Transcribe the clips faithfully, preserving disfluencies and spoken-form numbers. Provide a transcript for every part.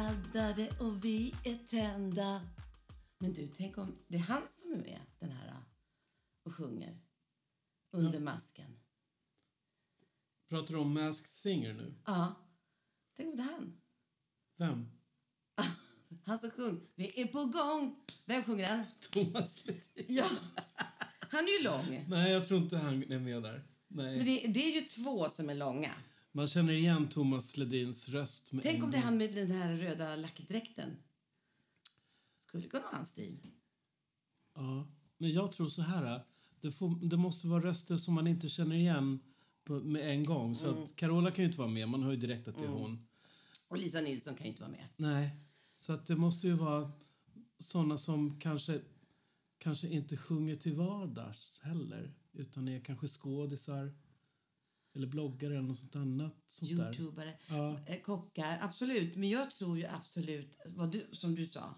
laddade och vi är tända. Men du, tänk om det är han som är med, den här, och sjunger under ja. masken. Pratar du om Masked Singer nu? Ja. Tänk om det är han. Vem? Han som sjunger. Vi är på gång. Vem sjunger den? Thomas Ledin. Ja. Han är ju lång. Nej, jag tror inte han är med där. Nej. Men det, det är ju två som är långa. Man känner igen Thomas Ledins röst. Med Tänk om det är han med den här röda lackdräkten. Skulle kunna ha en stil. Ja, men jag tror så här. Det, får, det måste vara röster som man inte känner igen på, med en gång. Så mm. att Carola kan ju inte vara med. Man hör ju direkt att det är mm. hon. Och Lisa Nilsson kan ju inte vara med. Nej, så att det måste ju vara såna som kanske, kanske inte sjunger till vardags heller. Utan är kanske skådisar eller bloggare eller något sånt annat. Sånt YouTubere, ja. kockar, absolut. Men jag tror ju absolut, vad du, som du sa,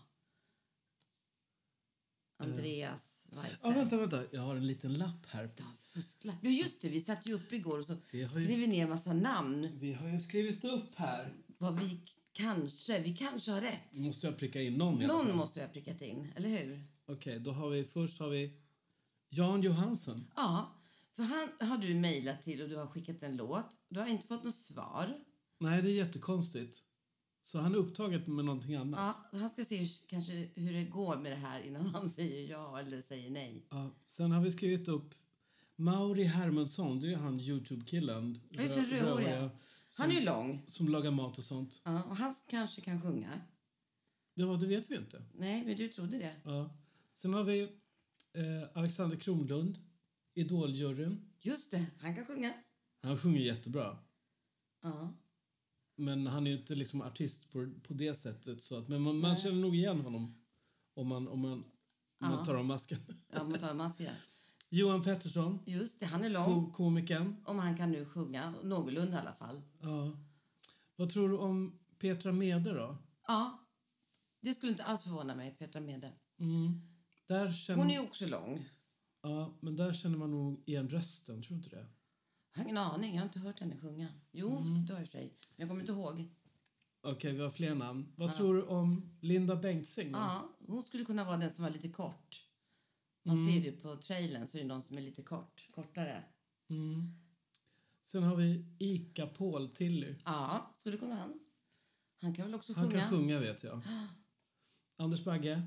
Andreas Weise. Ja, vänta, vänta. Jag har en liten lapp här. Ja, fusklapp. Ja, just det. Vi satt ju upp igår och så ju, skrev vi ner en massa namn. Vi har ju skrivit upp här. Vad vi kanske, vi kanske har rätt. Måste jag pricka in någon? Någon måste jag prickat in, eller hur? Okej, okay, då har vi, först har vi Jan Johansson. Ja, för han har du mejlat till och du har skickat en låt. Du har inte fått något svar. Nej, det är jättekonstigt. Så han är upptaget med någonting annat. Ja, så han ska se hur, kanske hur det går med det här innan han säger ja eller säger nej. Ja, sen har vi skrivit upp Mauri Hermansson, det är han YouTube-killen. Ja, just det, rödhåriga. Han är ju lång. Som lagar mat och sånt. Ja, och han kanske kan sjunga. Ja, det vet vi inte. Nej, men du trodde det. Ja. Sen har vi eh, Alexander Kronlund, Idoljuryn. Just det, han kan sjunga. Han sjunger jättebra. Ja. Men han är ju inte liksom artist på, på det sättet. Så att, men man, man känner nog igen honom om man, om man, om ja. man tar av masken. Ja, man tar av masken. Johan Pettersson. Just det, han är lång. Ko- komikern. Om han kan nu sjunga, någorlunda i alla fall. Ja. Vad tror du om Petra Mede då? Ja, det skulle inte alls förvåna mig, Petra Mede. Mm. Där känner... Hon är ju också lång. Ja, men där känner man nog igen rösten, tror du inte det? Jag har ingen aning, jag har inte hört henne sjunga. Jo, mm. det har jag för sig. Men jag kommer inte ihåg. Okej, okay, vi har fler namn. Vad ja. tror du om Linda Bengtzing? Ja, hon skulle kunna vara den som var lite kort. Man mm. ser det på trailern så är det någon som är lite kort, kortare. Mm. Sen har vi Ika Paul Tilly. Ja, skulle kunna han. Han kan väl också han sjunga. Han kan sjunga, vet jag. Anders Bagge.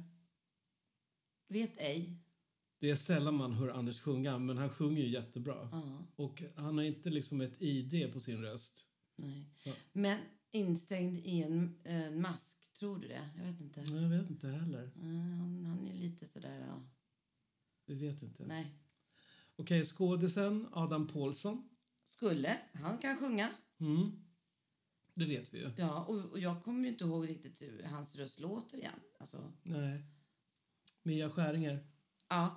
Vet ej. Det är sällan man hör Anders sjunga, men han sjunger ju jättebra. Ja. Och han har inte liksom ett I D på sin röst. Nej. Så. Men instängd i en, en mask, tror du det? Jag vet inte. Nej, jag vet inte heller. Han, han är lite sådär, ja. Vi vet inte. Nej. Okej, okay, skådisen Adam Pålsson. Skulle. Han kan sjunga. Mm. Det vet vi ju. Ja, och, och jag kommer ju inte ihåg riktigt hur hans röst låter igen. Alltså. Nej. Mia Skäringer. Ja.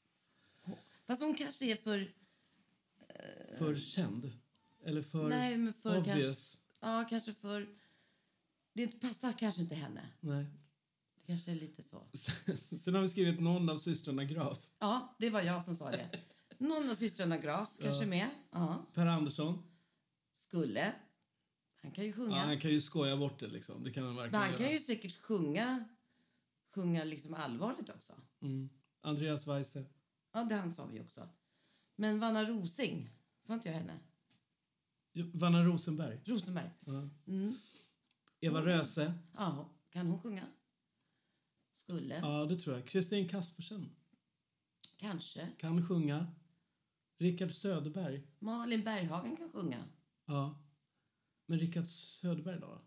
Fast hon kanske är för... Uh, för känd? Eller för, nej, men för obvious? Kanske, ja, kanske för... Det passar kanske inte henne. Nej. Det kanske är lite så. Sen har vi skrivit någon av systrarna Graf. Ja, det var jag som sa det. Någon av systrarna Graf kanske ja. med. Ja. Per Andersson. Skulle. Han kan ju sjunga. Ja, han kan ju skoja bort det liksom. Det kan han verkligen Men han göra. kan ju säkert sjunga sjunga liksom allvarligt också. Mm. Andreas Weise. Ja, det han sa vi också. Men Vanna Rosing, sa inte jag henne? Jo, Vanna Rosenberg. Rosenberg. Ja. Mm. Eva Röse. Ja, kan hon sjunga? Skulle. Ja, det tror jag. Kristin Kaspersen. Kanske. Kan sjunga. Rickard Söderberg. Malin Berghagen kan sjunga. Ja. Men Rickard Söderberg då?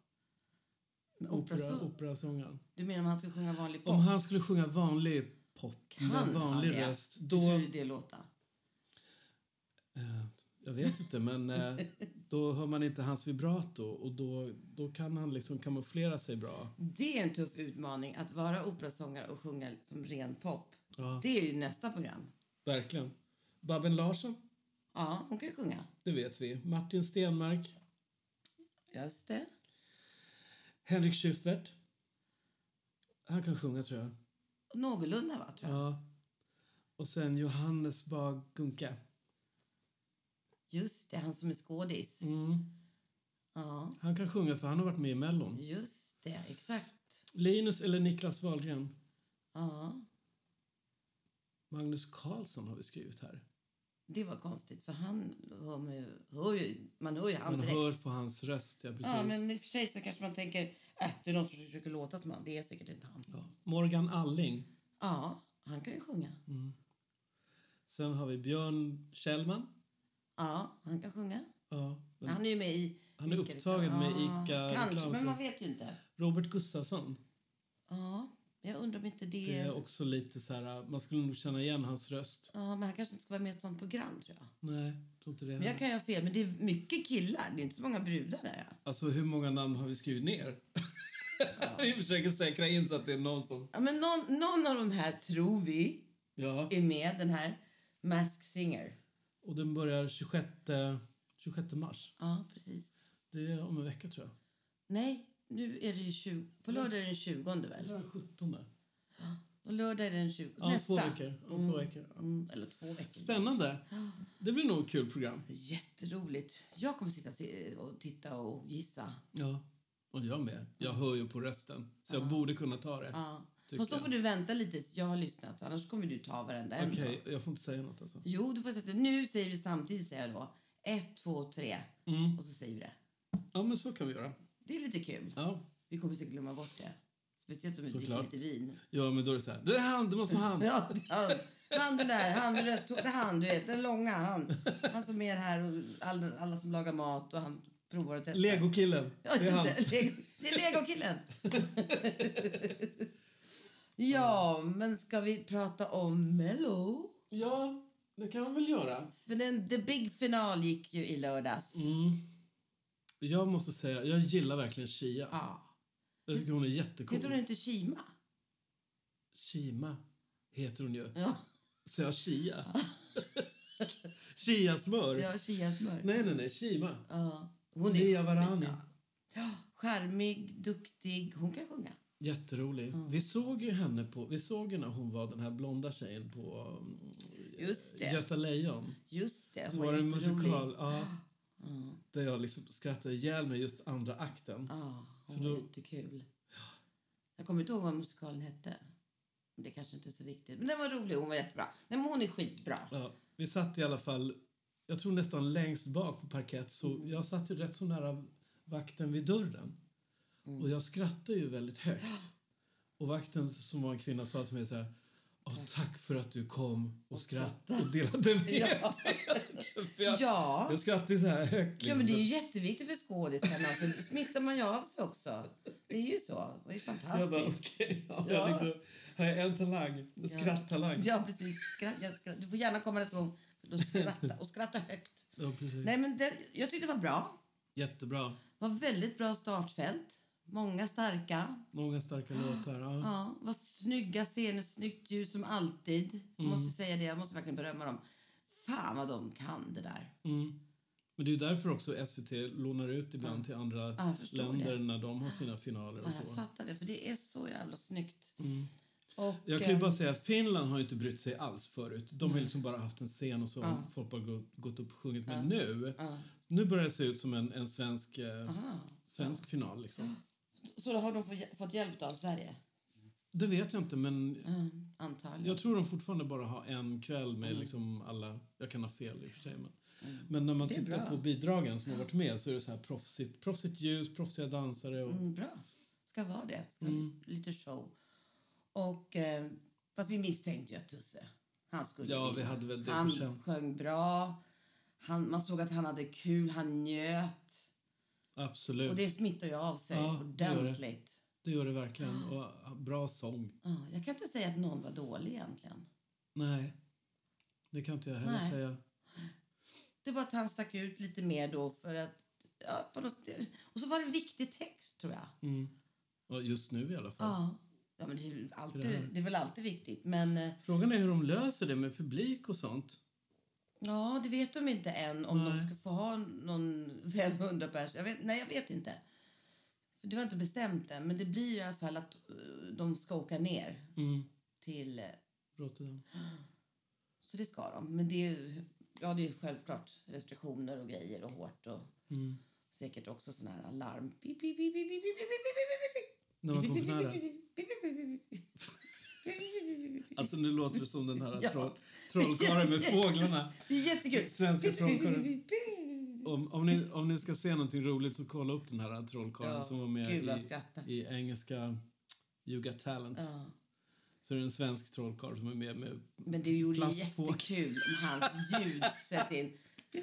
Opera, operasångaren. Du menar om han skulle sjunga vanlig pop? Om han skulle sjunga vanlig pop. Kan med vanlig han det? röst. Då... Hur skulle det låta? Uh, jag vet inte, men uh, då hör man inte hans vibrato. Och då, då kan han liksom kamouflera sig bra. Det är en tuff utmaning att vara operasångare och sjunga som ren pop. Ja. Det är ju nästa program. Verkligen. Babben Larsson. Ja, hon kan ju sjunga. Det vet vi. Martin Stenmark. Just det. Henrik Schyffert. Han kan sjunga, tror jag. Någorlunda, va, tror jag. Ja. Och sen Johannes Bag Gunke. Just det, han som är skådis. Mm. Ja. Han kan sjunga för han har varit med i Mellon. Just det, exakt. Linus eller Niklas Wahlgren? Ja, Magnus Carlsson har vi skrivit här. det var konstigt. För han hör man ju, hör ju, man hör ju han Man direkt. hör på hans röst, ja precis. Ja, men i och för sig så kanske man tänker, äh, det är någon som försöker låta som han. Det är säkert inte han. Ja. Morgan Alling. Ja, han kan ju sjunga. Mm. Sen har vi Björn Kjellman. Ja, han kan sjunga. Ja, Men han är ju med i han är Ica, upptagen med ja, Ica. kanske, reklam, men tror man jag. vet ju inte. Robert Gustafsson. Ja, jag undrar om inte det... Det är också lite så här, man skulle nog känna igen hans röst. Ja, men han kanske inte ska vara med i ett sånt program, tror jag. Nej, jag tror inte det. Men jag kan ju ha fel, men det är mycket killar. Det är inte så många brudar där. Ja. Alltså hur många namn har vi skrivit ner? Ja. Vi försöker säkra in så att det är någon som... Ja, men någon, någon av de här tror vi Ja, är med, den här Masked Singer. och den börjar tjugosjätte, tjugosjätte mars. Ja, precis. Det är om en vecka tror jag. Nej, nu är det ju tjugo... På lördag är det den tjugonde väl? Eller den sjuttonde. Och lördag är det den tjugonde. Ja, Nästa. två veckor. Om två veckor. Ja. Mm, eller två veckor. Spännande. Det blir nog ett kul program. Jätteroligt. Jag kommer sitta t- och titta och gissa. Ja, och jag med. Jag hör ju på rösten. Så jag borde kunna ta det. Ja. tycker Fast då jag. får du vänta lite. Jag har lyssnat. Annars kommer du ta varenda en. Okej, då. jag får inte säga något alltså. Jo, du får sätta. Nu säger vi samtidigt, säger jag då. Ett, två, tre. Mm. Och så säger vi det. Ja, men så kan vi göra. Det är lite kul. Ja, Vi kommer säkert glömma bort det. Speciellt om vi dricker Såklart. lite vin. ja men då är det så här. Det är han, det måste vara han. Ja, det är han. Han den där, han med rött hår. Det är han, du vet. Den långa, han. Han som är här och alla, alla som lagar mat och han provar och testar. Legokillen. Ja, Det är han. just det. Lego, det är Legokillen. Ja, men ska vi prata om Mello? Ja, det kan man väl göra. För den the big final gick ju i lördags. Mm. Jag måste säga, jag gillar verkligen Shia. Ja. Jag tycker hon är jättecool. Heter hon inte Kima? Shima heter hon ju. Ja, Så jag Shia. Shia-smör. ja, Chia-smör. Nej, nej, nej. Shima. Ja. Hon Lea Varani. skitbra. Ja, charmig, duktig. Hon kan sjunga. Jätterolig. Mm. Vi såg ju henne på... Vi såg ju när hon var den här blonda tjejen på um, Just det. Göta Lejon. Just det. Så Hon var det en jätterolig. musikal. Ja, Ja, där jag liksom skrattade ihjäl mig just andra akten. ja, hon För var då- jättekul. Jag kommer inte ihåg vad musikalen hette. Det kanske inte är så viktigt. Men den var rolig. Hon var jättebra. Nej, men hon är skitbra. Ja, vi satt i alla fall, jag tror nästan längst bak på parkett. Så Mm. jag satt ju rätt så nära vakten vid dörren. Mm. Och jag skrattade ju väldigt högt. Och vakten som var en kvinna sa till mig så här: Åh, tack för att du kom och skrattade och delade med Ja. För jag, Ja. jag skrattade ju så här högt. Ja, Liksom. men det är ju jätteviktigt för skådisarna. Så smittar man ju av sig också. Det är ju så. Det är ju Jag fantastiskt. bara, okej. ja, Ja. jag liksom, har jag en talang, en skrattalang. Ja, precis. Skratt, jag skratt. Du får gärna komma nästa gång och skratta, och skratta högt. Ja, precis. Nej, men det, jag tyckte det var bra. Jättebra. Det var väldigt bra startfält. Många starka. Många starka låtar. Ja. Ja, var snygga scener, snyggt ljus som alltid. Jag måste säga det, jag måste verkligen berömma dem. Fan vad de kan det där. Mm. Men det är ju därför också S V T lånar ut ibland Ja. till andra Ja, jag förstår länder det. när de har sina finaler och Ja, jag så. fattar det, för det är så jävla snyggt. Mm. Och, Jag kan ju eh, bara säga att Finland har ju inte brytt sig alls förut. De har liksom bara haft en scen och så har Ja. folk bara gått, gått upp och sjungit. Men Ja. nu, ja. nu börjar det se ut som en, en svensk, eh, Aha. svensk final liksom. Så då har de fått- fått hjälp av Sverige? Det vet jag inte, men Mm, antagligen. jag tror de fortfarande bara har en kväll med Mm. liksom alla, jag kan ha fel i och för sig, men, Mm. men när man Det är tittar bra. på bidragen som har varit med så är det så här proffsigt, proffsigt ljus, proffsiga dansare och Mm, bra. Ska vara det. Ska Mm. vara lite show. Och, eh, fast vi misstänkte ju att Tusse, han skulle ja, vinna. vi hade väl det Han på känn. sjöng bra. Han, man såg att han hade kul, han njöt. Absolut. Och det smittar ju av sig Ja, det gör det. ordentligt. Det gör det verkligen. Och bra sång. Ja, jag kan inte säga att någon var dålig egentligen. Nej, det kan inte jag heller Nej. säga. Det var att han stack ut lite mer då för att... Ja, på något, och så var det en viktig text, tror jag. Mm. Och just nu i alla fall. Ja, ja men det är, väl alltid, Det här. det är väl alltid viktigt. Men eh, Frågan är hur de löser det med publik och sånt. ja, det vet de inte än om Nej. de ska få ha någon femhundra pers. Jag vet, nej, jag vet inte. Det var inte bestämt än, men det blir i alla fall att eh, de ska åka ner Mm. till... eh, Rotterdam. Så det ska de. Men det är ju ja, det är självklart restriktioner och grejer och hårt och Mm. säkert också såna här alarm. Pip, pip, pip, pip, pip, pip, pip, pip, pip, pip. När man kommer för nära. Alltså nu låter det som den här Ja. troll, trollkarlen med fåglarna. Det är jättekul. Svenska trollkarlen. Om, om, ni, om ni ska se någonting roligt så kolla upp den här trollkarlen Ja, som var med gud, vad i, skrattar. i engelska You Got Talent. Ja. Så är det en svensk trollkarl som är med med Men det gjorde plastfågel. jättekul om hans ljud sätt in.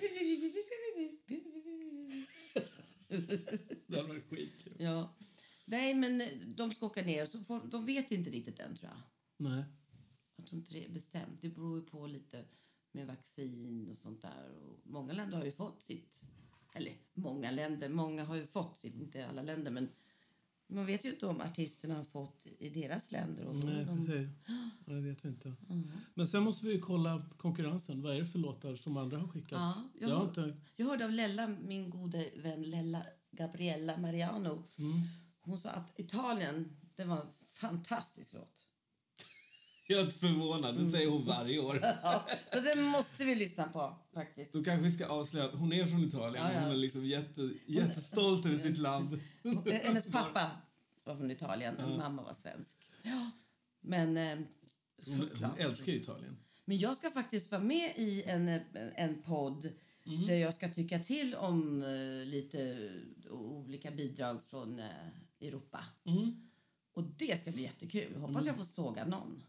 Det hade varit skitkul. Ja. Nej, men de ska åka ner. Så får, de vet inte riktigt än, tror jag. Nej. Jag tror inte det är bestämt. Det beror ju på lite med vaccin och sånt där. Och många länder har ju fått sitt. Eller många länder. Många har ju fått sitt. Inte alla länder, men man vet ju inte om artisterna har fått i deras länder. Och Nej, de... precis. Ja, det vet vi inte. Mm. Men sen måste vi ju kolla konkurrensen. Vad är det för låtar som andra har skickat? Ja, jag, jag, har hör, inte... jag hörde av Lella, min gode vän Lella Gabriella Mariano. Mm. Hon sa att Italien, det var en fantastisk låt. Jag är inte förvånad. Det säger hon varje år. Ja, så det måste vi lyssna på, faktiskt. Då kanske vi ska avslöja att hon är från Italien. Ja, ja. Hon är liksom jätte, jättestolt över sitt land. Hennes pappa var från Italien och Ja. mamma var svensk. Ja, men eh, Hon, hon såklart. älskar ju Italien. Men jag ska faktiskt vara med i en, en podd Mm. där jag ska tycka till om eh, lite olika bidrag från eh, Europa. Mm. Och det ska bli jättekul. Hoppas jag får såga någon.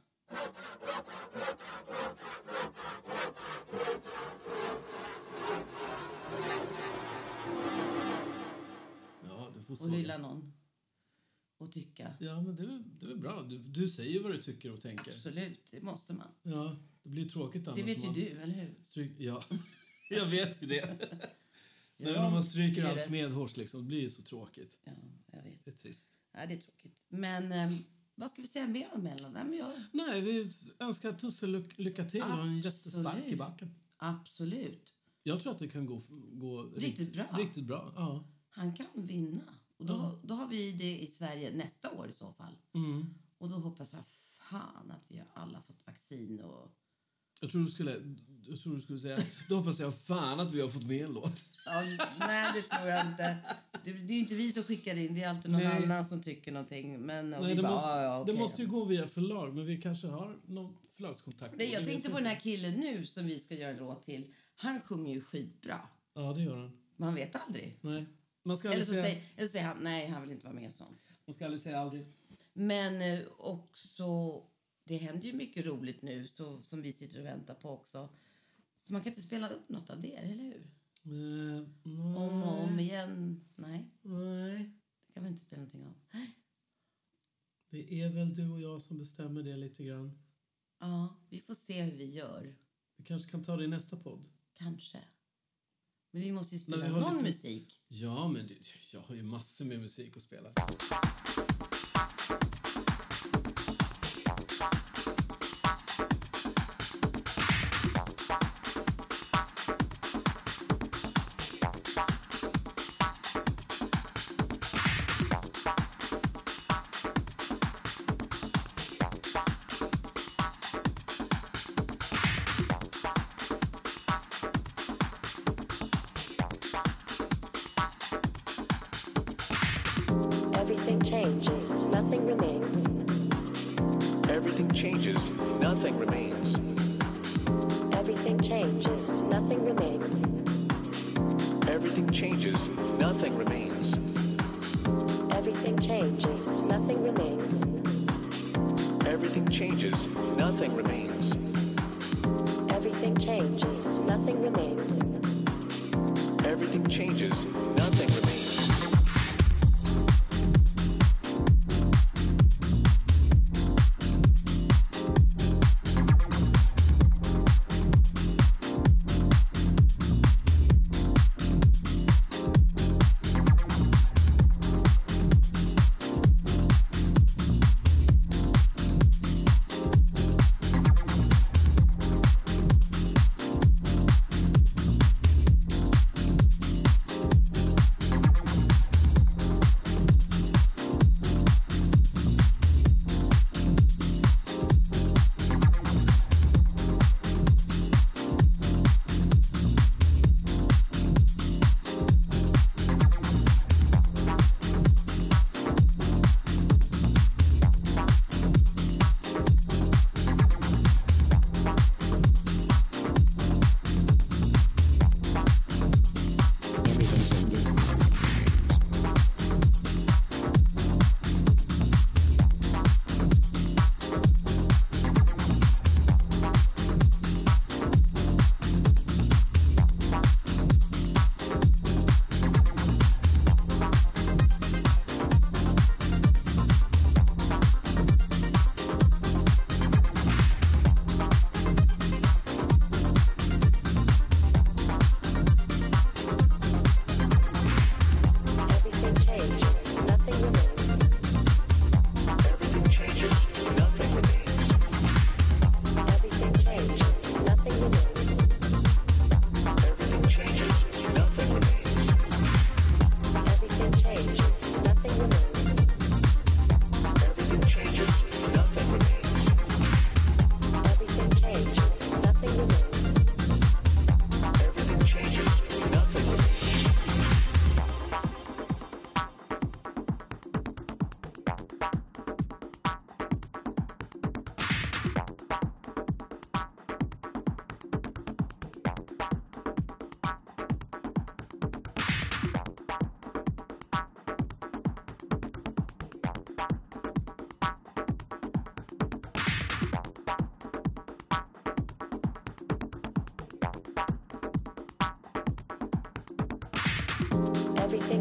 Ja, du får Och så. hylla någon. Och tycka. Ja, men det är, det är bra. Du, du säger vad du tycker och tänker. Absolut, det måste man. Ja, det blir tråkigt annars. Det vet ju man du, eller hur? Stryk, ja, jag vet ju det. Nej, Ja, när man stryker det är allt rätt. medhårs liksom, det blir ju så tråkigt. Ja, jag vet. Det är trist. Ja, det är tråkigt. Men eh, vad ska vi säga mer om Mellon? Nej, men jag... Nej, vi önskar Tusse lyck- lycka till och en jättespark i Absolut. backen. Absolut. Jag tror att det kan gå, gå Riktigt bra. Riktigt bra, ja. Han kan vinna. Och då, Ja. då har vi det i Sverige nästa år i så fall. Mm. Och då hoppas jag fan att vi har alla fått vaccin och... Jag tror du skulle, jag tror du skulle säga, då hoppas jag fan att vi har fått med en låt. Ja, nej, det tror jag inte. Det, det är ju inte vi som skickar in, det är alltid någon Nej. annan som tycker någonting. Men och Nej, vi det, bara, måste, ja, ja, okej. det måste ju gå via förlag, men vi kanske har någon förlagskontakt. Det, jag Det tänkte vet på vi den inte. här killen nu som vi ska göra en låt till. Han sjunger ju skitbra. Ja, det gör han. Man vet aldrig. Nej. Man ska Eller aldrig så, säga, säger, eller så säger han, nej, han vill inte vara med och sånt. man ska aldrig säga aldrig. Men eh, också, det händer ju mycket roligt nu så, som vi sitter och väntar på också. Så man kan inte spela upp något av det, eller hur? Eh, Om och om igen. Nej, Nej. det kan man inte spela någonting av. Det är väl du och jag som bestämmer det lite grann. Ja, vi får se hur vi gör. Vi kanske kan ta det i nästa podd. Kanske. Men vi måste ju spela Men vi har någon lite- musik. Ja, men du, jag har ju massor med musik att spela. Everything changes, nothing remains. Everything changes, nothing remains. Everything changes, nothing remains. Everything changes, nothing remains. Everything changes, nothing remains. Everything changes, nothing remains. Everything changes, nothing remains. Everything changes, nothing remains.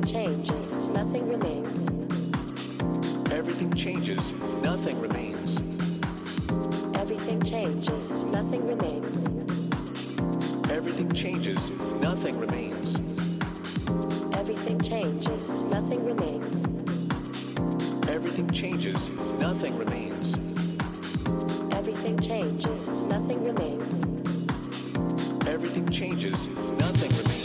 changes, nothing remains. Everything changes, nothing remains. Everything changes, nothing remains. Everything changes, nothing remains. Everything changes, nothing remains. Everything changes, nothing remains. Everything changes, nothing remains. Everything changes, nothing remains.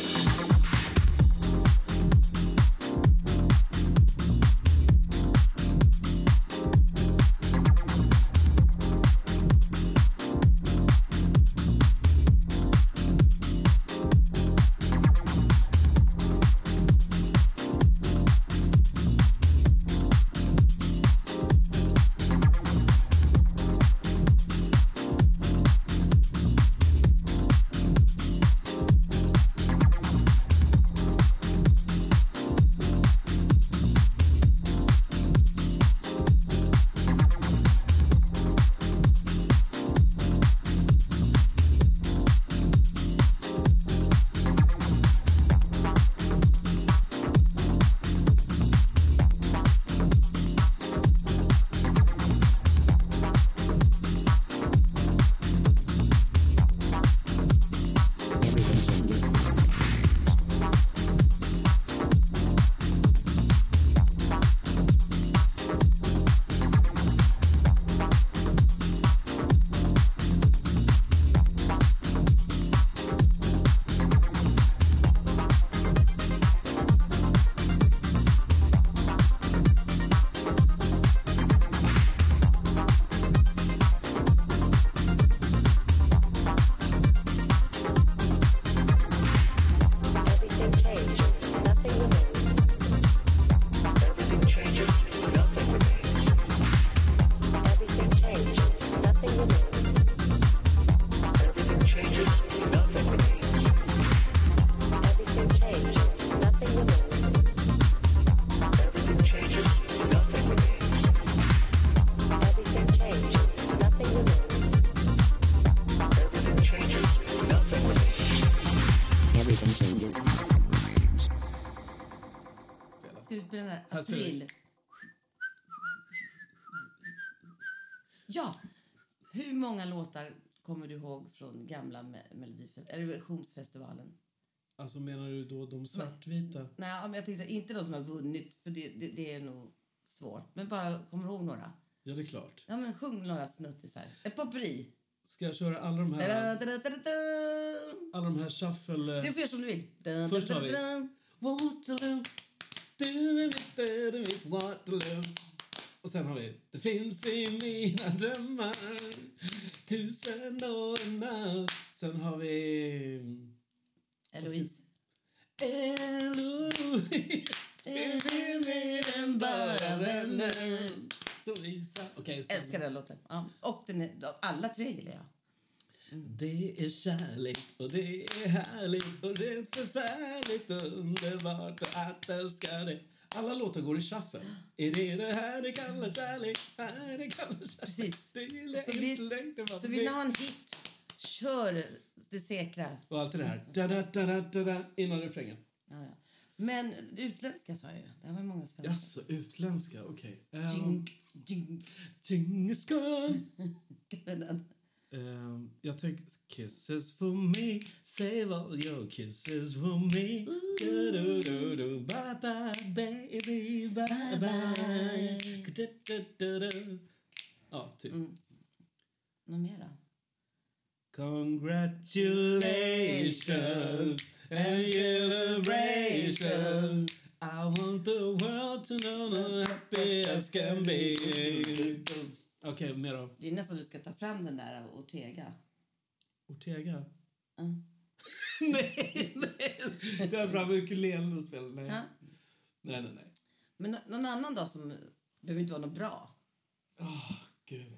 Ska vi spela den här? Här spelar vi. April. Ja. Hur många låtar kommer du ihåg från gamla Me- Melodifestivalen? Eller Visionsfestivalen? Alltså menar du då de svartvita? Nej, men jag tänkte så här, inte de som har vunnit, för det, det, det är nog svårt. Men bara, kommer du ihåg några? Ja, det är klart. Ja, men sjung några snuttisar. Ett popperi. Ska jag köra alla de Da, här, da, da, da, da. alla de här shuffle... Du får göra som du vill. Da, Först da, har da, vi- da. Waterloo, du mitt, du mitt Waterloo. Och sen har vi det finns i mina drömmar tusen och en natt. Sen har vi Eloise. Eloise. Är vi mer än bara vänner? Så Lisa. Okej, så- Älskar den låten. Ja. Och den är, alla tre gillar jag. Det är kärlek och det är härligt och det är förfärligt underbart att älska dig. Alla låtar går i shuffle. Är det det här det kallar kärlek? Här det kallar kärlek. Precis. Det är Så lätt, vi, lätt, det var så vill ni ha en hit, kör det säkra. Och allt det här. Da, da, da, da, da, da, innan refrängen. Ja, ja. Men utländska sa jag ju. Det var många svenska. Jaså, utländska, okej. Okay. Jink, jink. Djingis khan. Den. Um, jag tänker kisses for me, save all your kisses for me. Du, du, du, du. Bye bye baby, bye bye. Du, du, du, du. Ja, typ. Mm. Något mer då? Congratulations and celebrations. I want the world to know how happy as can be. Okej, okay, mer då. Det är nästan du ska ta fram den där Ortega. Ortega? Mm. nej, nej. Ta fram ukulelen och spela. Nej. Ja. nej, nej, nej. Men nå- någon annan då som behöver inte vara något bra. Åh, oh, gud.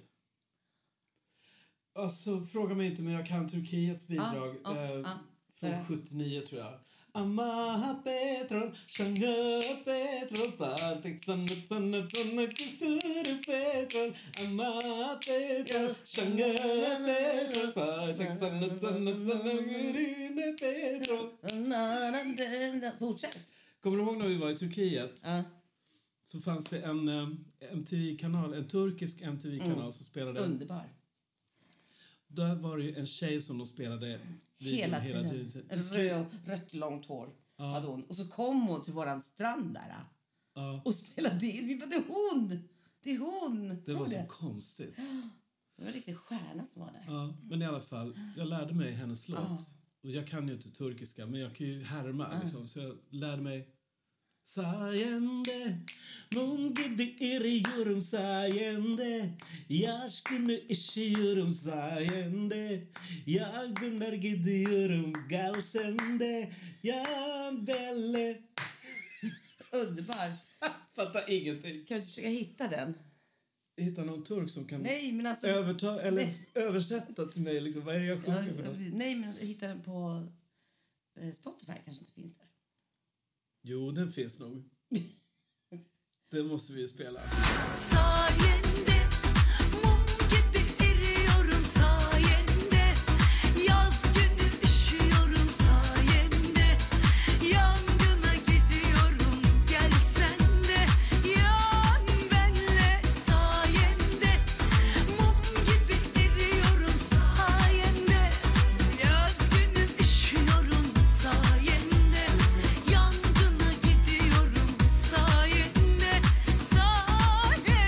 Alltså, fråga mig inte, men jag kan Turkiets bidrag. Ja, ja, eh, ja. från För- sjuttionio, tror jag. Amaha petrol, sjanga petrol, partik sannet sannet sannet kultur petrol. Amaha petrol, sjanga petrol, partik sannet sannet sannet kultur petrol. Fortsätt. Kommer du ihåg när vi var i Turkiet? Ja. Så fanns det en eh, M T V-kanal, en turkisk M T V-kanal Mm. som spelade... Underbar. Där var det ju en tjej som de spelade videon Hela tiden. hela tiden. En röd, rött långt hår Ja. hade hon. Och så kom hon till våran strand där. Ja, Och spelade in. Vi bara, det är hon! Det är hon! det Kommer var du så det? konstigt. Det var en riktig stjärna som var där. Ja, men i alla fall, jag lärde mig hennes låt. Ja. Och jag kan ju inte turkiska, men jag kan ju härma liksom. Så jag lärde mig... Sayende, mon gibi eriyorum sayende. Aşkını işiyorum sayende. Yangınlar gidiyorum gel sen de. Yan belle. Underbar. Fattar ingenting. Kan du inte försöka hitta den? Hitta någon turk som kan Nej, men alltså... överta, eller Nej. översätta till mig liksom, vad är det jag Ja, sjunger för något? nej, men hitta den på eh, Spotify. Kanske inte finns där. Jo, den finns nog. Den måste vi ju spela. Sayende mum gibi eriyorum sayende yaz günü üşüyorum sayende yangına gidiyorum gel sen de yan benle sayende mum gibi eriyorum sayende yaz günü üşüyorum sayende yangına gidiyorum sayende sayende.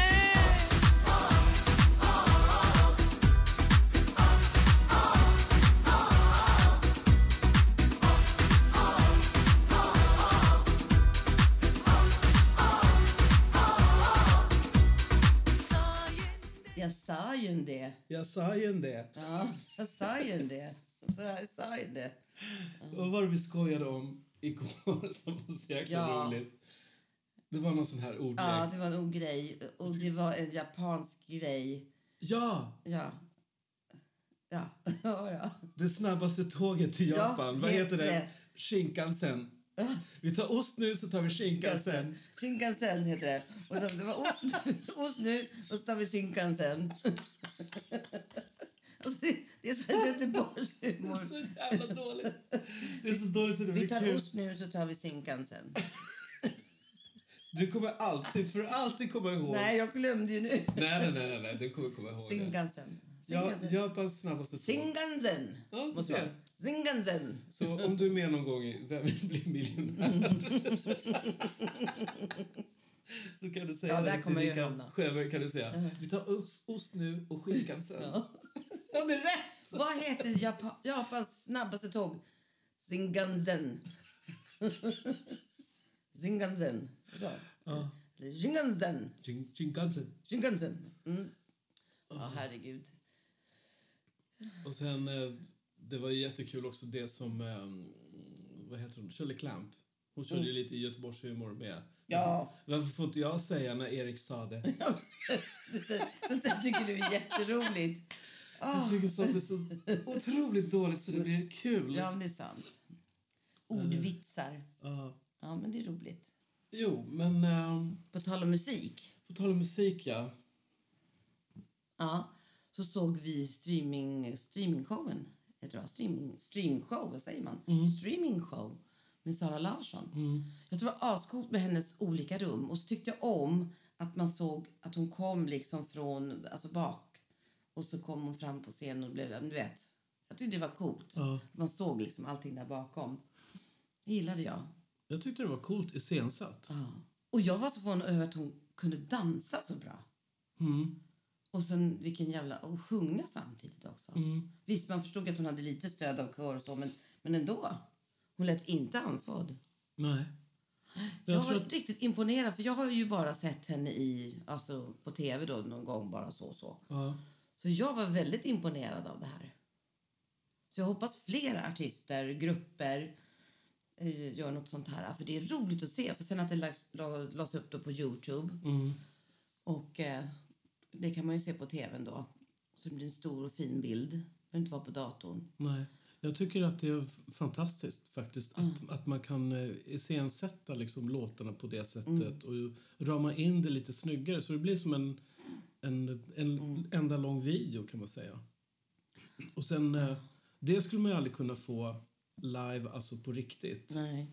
Jag sa ju det. Jag sa ju det. Ja, jag sa ju det. Så jag sa ju det. Vad var det vi skojade om igår som var så jäkla Ja. roligt? Det var någon sån här ordlek. Ja, Ja. det var en ogrej. Och det var en japansk grej. ja, Ja. Ja. Ja, ja. det snabbaste tåget till Ja, Japan. Vad heter det? det. Shinkansen. Vi tar ost nu så tar vi Shinkansen. Shinkansen heter det. Och så, det var ost, ost nu och så tar vi Shinkansen. Alltså det, det är så här Det Göteborgshumor. är så jävla dåligt. Det är så dåligt så det Vi blir tar kul. ost nu så tar vi Shinkansen. Du kommer alltid, för alltid komma ihåg. Nej, jag glömde ju nu. nej, nej, nej, nej, nej. Du kommer komma ihåg det. Shinkansen. Ja, Shinkansen. Japans snabbaste tåg. Shinkansen. Ja, du Måste ser. vara. Shinkansen. Så om du är med någon gång i Vem vill bli miljonär? Så kan du säga Ja, där det kommer till jag Rickard hamna. Sjöberg, kan du säga. Vi tar ost, ost nu och skinkan sen. Ja. Ja, det är rätt! Vad heter Japan, Japans snabbaste tåg? Shinkansen. Shinkansen. Så. Ja. Eller Shinkansen. Shin- Shinkansen. Shinkansen. Mm. Ja, herregud. Och sen, eh, det var ju jättekul också det som, eh, vad heter hon, Shirley Clamp. Hon körde ju lite i Göteborgs humor med. Ja. Varför, varför får inte jag säga när Erik sa det? Det, det, det tycker du är jätteroligt. Jag tycker sånt är så otroligt dåligt så det blir kul. Ja, men det är sant. Ordvitsar. Ja. Ja, men det är roligt. Jo, men eh, På tal om musik. på tal om musik, ja. Ja, så såg vi streaming, streamingshowen. Heter det, streaming, streamshow, vad säger man? Mm. Streamingshow med Sara Larsson. Jag tror det var ascoolt med hennes olika rum. Och så tyckte jag om att man såg att hon kom liksom från, alltså bak. Och så kom hon fram på scenen och blev, du vet. Jag tyckte det var coolt. Ja. Man såg liksom allting där bakom. Det gillade jag. Jag tyckte det var coolt iscensatt. Ja. Och jag var så förvånad över att hon kunde dansa så bra. Mm. Och sen vilken jävla... Och sjunga samtidigt också. Mm. Visst, man förstod att hon hade lite stöd av kör och så, men, men ändå. Hon lät inte andfådd. Nej. Jag, Jag var tror att, riktigt imponerad, för jag har ju bara sett henne i, alltså på tv då någon gång, bara så och så. ja. Så jag var väldigt imponerad av det här. Så jag hoppas fler artister, grupper eh, gör något sånt här. För det är roligt att se. För sen att det lades, lades upp då på YouTube. Mm. Och eh, det kan man ju se på tvn då. Så det blir en stor och fin bild. Det behöver inte vara på datorn. Nej. Jag tycker att det är f- fantastiskt faktiskt att, att man kan eh, iscensätta liksom låtarna på det sättet och rama in det lite snyggare så det blir som en, en, en enda lång video kan man säga. Och sen, eh, det skulle man ju aldrig kunna få live, alltså på riktigt. Nej.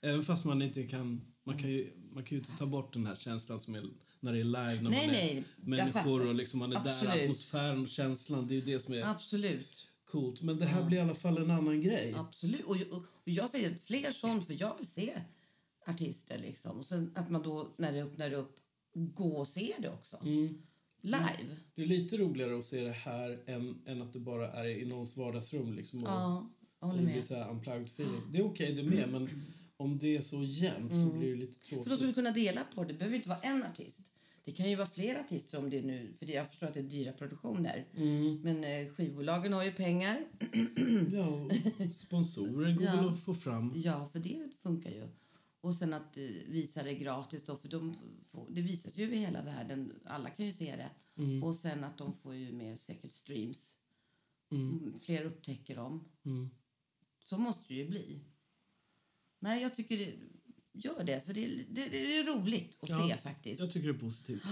Även fast man inte kan... Man kan ju, man kan ju inte ta bort den här känslan som är när det är live. När Nej, man nej, är jag människor fattar. och liksom man är där. Absolut. Atmosfären och känslan. Det är ju det som är Absolut. coolt. Men det här blir i alla fall en annan grej. Absolut. Och, och, och jag säger fler sånt, för jag vill se artister liksom. Och sen att man då, när det öppnar upp, gå och se det också. Mm. Live. Det är lite roligare att se det här än, än att det bara är i någons vardagsrum. Liksom, och, Ja, jag och håller det blir med. så här unplugged feeling. Det är okej det med, men om det är så jämnt så blir det lite För då tråkigt. skulle du kunna dela på det. Det behöver inte vara en artist. Det kan ju vara flera artister om det är nu. För det, jag förstår att det är dyra produktioner. Mm. Men eh, skivbolagen har ju pengar. Ja, och sponsorer går Ja. väl att få fram. Ja, för det funkar ju. Och sen att eh, visa det gratis då. För de får, det visas ju över hela världen. Alla kan ju se det. Mm. Och sen att de får ju mer säkert streams. Mm. Mm, Fler upptäcker dem. Mm. Så måste det ju bli. Nej, jag tycker det, gör det. För det, det, det är roligt att Ja, se faktiskt. Jag tycker det är positivt.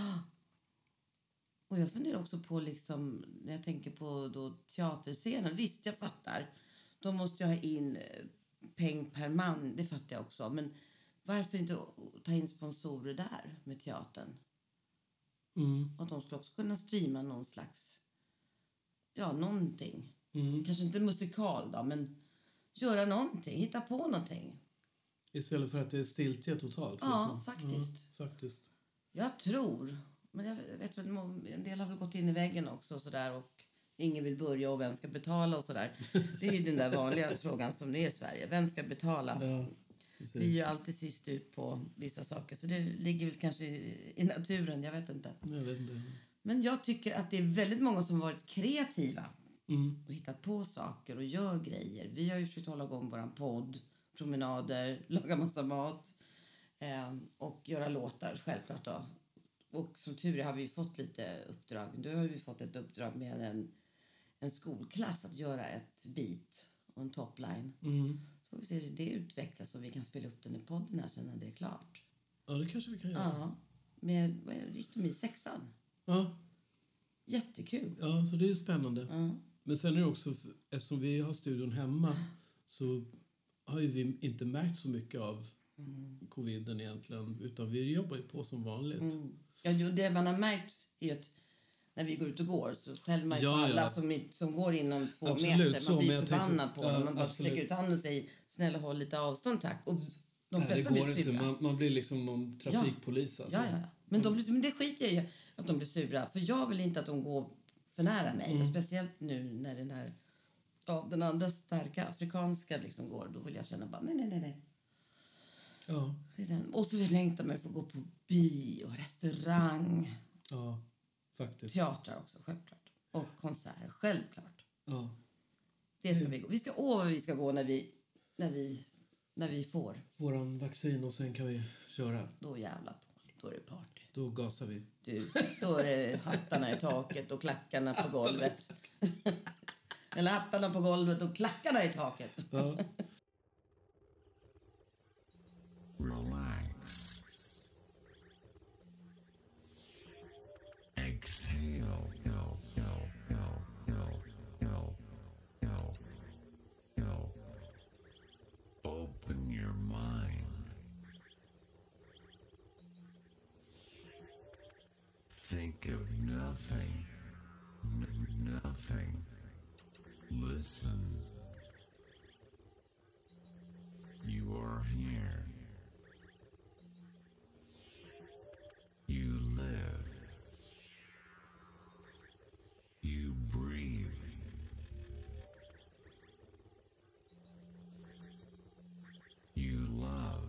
Och jag funderar också på liksom, när jag tänker på då teaterscenen. Visst, jag fattar. Då måste jag ha in eh, peng per man. Det fattar jag också. Men varför inte ta in sponsorer där med teatern? Mm. Och att de skulle också kunna streama någon slags, ja, någonting. Mm. Kanske inte musikal då, men göra någonting. Hitta på någonting. Istället för att det är stiltje totalt. Ja, liksom. faktiskt. Ja, faktiskt. Jag tror, men jag vet att en del har väl gått in i väggen också och sådär, och ingen vill börja och vem ska betala och sådär. Det är ju den där vanliga frågan som det är i Sverige. Vem ska betala? Ja, Vi är precis. ju alltid sist ut på vissa saker, så det ligger väl kanske i, i naturen, jag vet inte. Jag vet inte. Men jag tycker att det är väldigt många som har varit kreativa Mm. och hittat på saker och gör grejer. Vi har ju försökt hålla igång våran podd, promenader, laga massa mat eh, och göra låtar, självklart då. Och som tur är har vi fått lite uppdrag. Nu har vi fått ett uppdrag med en, en skolklass att göra ett beat och en topline. Mm. Så får vi se hur det utvecklas och vi kan spela upp den i podden här sen när det är klart. Ja, det kanske vi kan göra. Ja, med, vad är det, gick de i sexan? Ja. Jättekul. Ja, så det är ju spännande. Ja. Men sen är det också, eftersom vi har studion hemma så har ju vi inte märkt så mycket av coviden egentligen. Utan vi jobbar ju på som vanligt. Mm. Ja, jo, det man har märkt är ju att när vi går ut och går så skäller man ju Ja, på alla ja. som, som går inom två Absolut, meter. så, Man men blir jag förbannad tänkte- på dem. ja, Man bara absolut. sträcker ut handen och säger snälla håll lite avstånd tack. Och de Nej, det flesta går blir inte. sura. Man, man blir liksom någon trafikpolis. Alltså. Ja, ja, ja. Men, de blir, men det skiter jag i att de blir sura. För jag vill inte att de går för nära mig. Mm. Och speciellt nu när den här, ja, den andra starka afrikanska liksom går. Då vill jag känna bara nej, nej, nej, nej. Ja. Det är den. Och så vill jag längta mig för att gå på bio, restaurang, Ja, faktiskt. teatrar också, självklart. Och konserter, självklart. Ja. Det ska vi gå. Vi ska, åh, vad vi ska gå när vi, när vi, när vi får. Våran vaccin och sen kan vi köra. Då jävla på. Då är det party. Då gasar vi. Du, då är det hattarna i taket och klackarna på golvet. Eller hattarna på golvet och klackarna i taket. Ja. Relax. Exhale. No, no, no, no, no, no, no. Open your mind. Think of nothing. N- nothing. Listen. You are here. You live. You breathe. You love.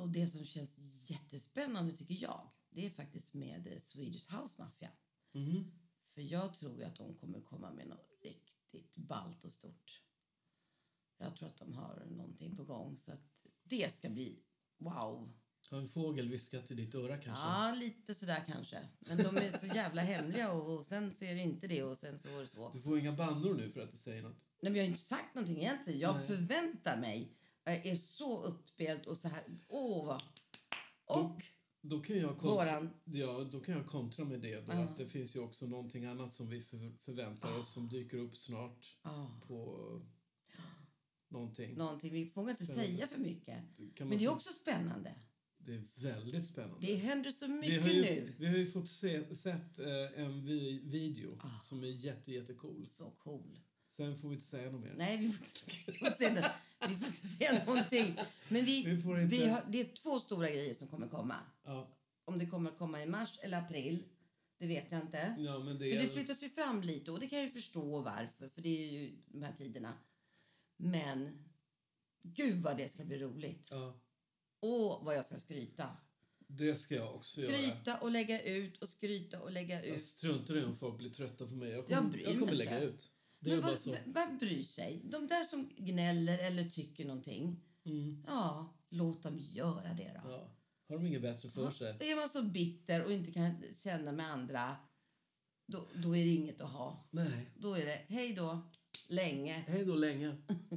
Och det som känns jättespännande tycker jag, det är faktiskt med eh, Swedish House Mafia. Mhm. För jag tror ju att de kommer komma med något riktigt ballt och stort. Jag tror att de har någonting på gång. Så att det ska bli wow. Har en fågel viskat i ditt öra kanske? Ja, lite sådär kanske. Men de är så jävla hemliga och, och sen så är det inte det och sen så var det så. Du får inga bannor nu för att du säger något. Nej, men jag har inte sagt någonting egentligen. Jag Nej. förväntar mig. Jag är så uppspelt och så här. Åh, vad. Och Då kan jag kontra, våran. ja, då kan jag kontra med det. Då, Ja. att det finns ju också någonting annat som vi för, förväntar oss som dyker upp snart Ja, på någonting. någonting. Vi får inte Spännande. säga för mycket. Kan man Men det är säga- också spännande. Det är väldigt spännande. Det händer så vi, mycket har ju, nu. vi har ju fått se, sett eh, en vi, video Ah. som är jätte, jättecool. Så cool. Sen får vi inte säga något mer. Nej, vi får inte, vi får inte säga det. Vi får inte säga någonting. Men vi, Vi får inte- vi har, det är två stora grejer som kommer komma. Ja, Om det kommer komma i mars eller april, det vet jag inte. ja, men det För är... det flyttas ju fram lite och det kan jag ju förstå varför. För det är ju de här tiderna. Men gud vad det ska bli roligt. Ja, Och vad jag ska skryta. det ska jag också göra. Skryta och lägga ut och skryta och lägga Jag ut. struntar i om folk blir trötta på mig. Jag Jag kommer, bryr jag kommer mig lägga inte. ut. Det Men är bara vad, så. vad bryr sig? De där som gnäller eller tycker någonting. Mm. Ja, låt dem göra det då. Ja. Har de inget bättre för sig? Är man så bitter och inte kan känna med andra, då, då är det inget att ha. Nej. Då är det hej då, länge. Hej då länge.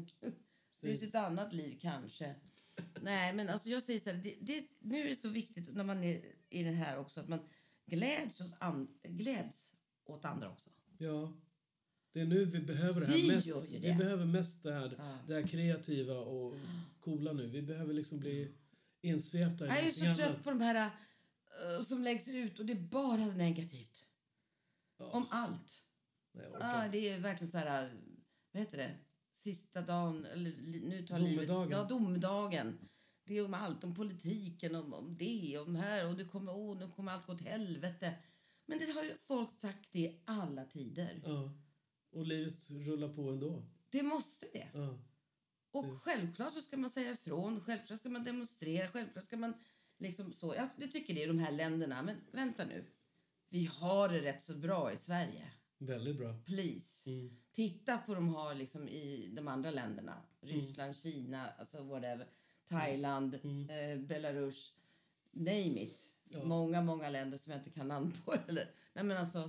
Ses ett annat liv kanske. Nej, men alltså jag säger så här, det, det, nu är det så viktigt när man är i det här också att man gläds åt, an, gläds åt andra också. Ja. Det är nu vi behöver det här Vi mest. gör ju Vi det. behöver mest det här, Ja. det här kreativa och coola nu. Vi behöver liksom bli insvepta i Jag är någonting så trött annat. på de här uh, som läggs ut och det är bara negativt. Ja. Om allt. Nej, jag orkar Ah, inte. det är verkligen så här, vad heter det? Sista dagen, eller li- nu tar livet... Domedagen. Ja, domedagen. Det är om allt, om politiken, om, om det, om här. Och det kommer, oh, nu kommer allt gå till helvete. Men det har ju folk sagt det i alla tider. Ja. Och livet rullar på ändå. Det måste det. Ja. Och självklart så ska man säga ifrån, självklart ska man demonstrera, självklart ska man liksom så. Jag det tycker det är de här länderna, men vänta nu. Vi har det rätt så bra i Sverige. Väldigt bra. Please. Mm. Titta på de har liksom i de andra länderna. Ryssland, Kina, alltså whatever. Thailand, eh, Belarus. Name it. Ja. Många, många länder som jag inte kan namn på. Eller. Nej, men alltså,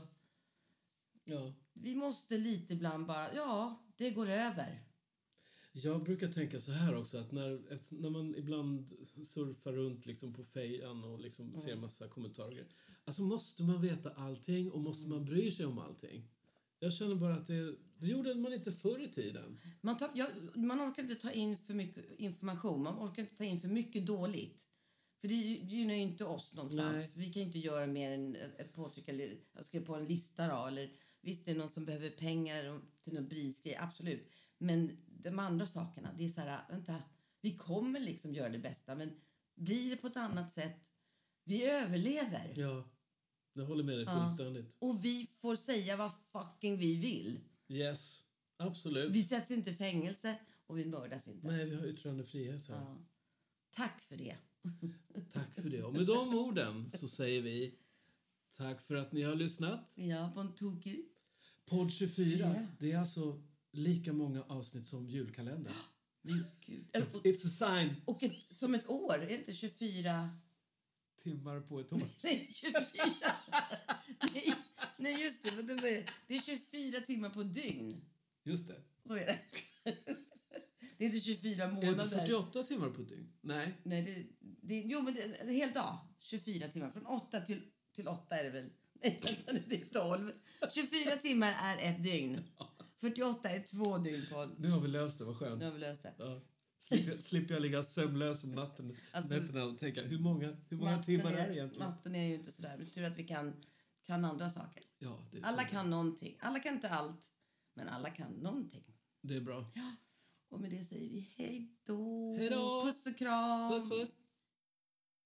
Ja. vi måste lite ibland bara, ja, det går över. Jag brukar tänka så här också att när, efter- när man ibland surfar runt liksom på fejan och liksom ser massa kommentarer. Alltså måste man veta allting och måste man bry sig om allting? Jag känner bara att det, det gjorde man inte förr i tiden. Man, tar, ja, man orkar inte ta in för mycket information. Man orkar inte ta in för mycket dåligt. För det gynnar ju inte oss någonstans. Nej. Vi kan ju inte göra mer än ett påtryck eller jag ska på en lista då. Eller visst det är någon som behöver pengar till någon prisgrej, absolut. Men de andra sakerna, det är så här, vänta, vi kommer liksom göra det bästa. Men blir det på ett annat sätt, vi överlever. Ja, jag håller med dig Ja. fullständigt. Och vi får säga vad fucking vi vill. Yes, absolut. Vi sätts inte i fängelse och vi mördas inte. Nej, vi har yttrandefrihet här. Ja. Tack för det. Tack för det. Och med de orden så säger vi tack för att ni har lyssnat. Ja, på en tokig. Podd tjugofyra, Fyra. det är alltså lika många avsnitt som julkalendern. Men gud. Eller, och, It's a sign. och ett, som ett år, är det inte tjugofyra? Timmar på ett år. Nej, tjugofyra. nej, nej, just det. Men det, var, det är tjugofyra timmar på dygn. Just det. Så är det. det är inte tjugofyra Är det månader. inte fyrtioåtta timmar på ett dygn? Nej. Nej, det, det, jo, men det är en hel dag. tjugofyra timmar. Från åtta till, till åtta är det väl? Nej, vänta nu, det är tolv. tjugofyra timmar är ett dygn. fyrtioåtta är två dygn på... Nu har vi löst det, vad skönt. Nu har vi löst det. Ja. Slipper, slipper jag ligga sömnlös om natten, Alltså, nätterna och tänka hur många, hur många Matten timmar är det egentligen? Matten är ju inte sådär. Men tur att vi kan, kan andra saker. Ja, det är, Alla så. kan någonting. Alla kan inte allt, men alla kan någonting. Det är bra. Och med det säger vi hej då. Hej då. Puss och kram. Puss, puss.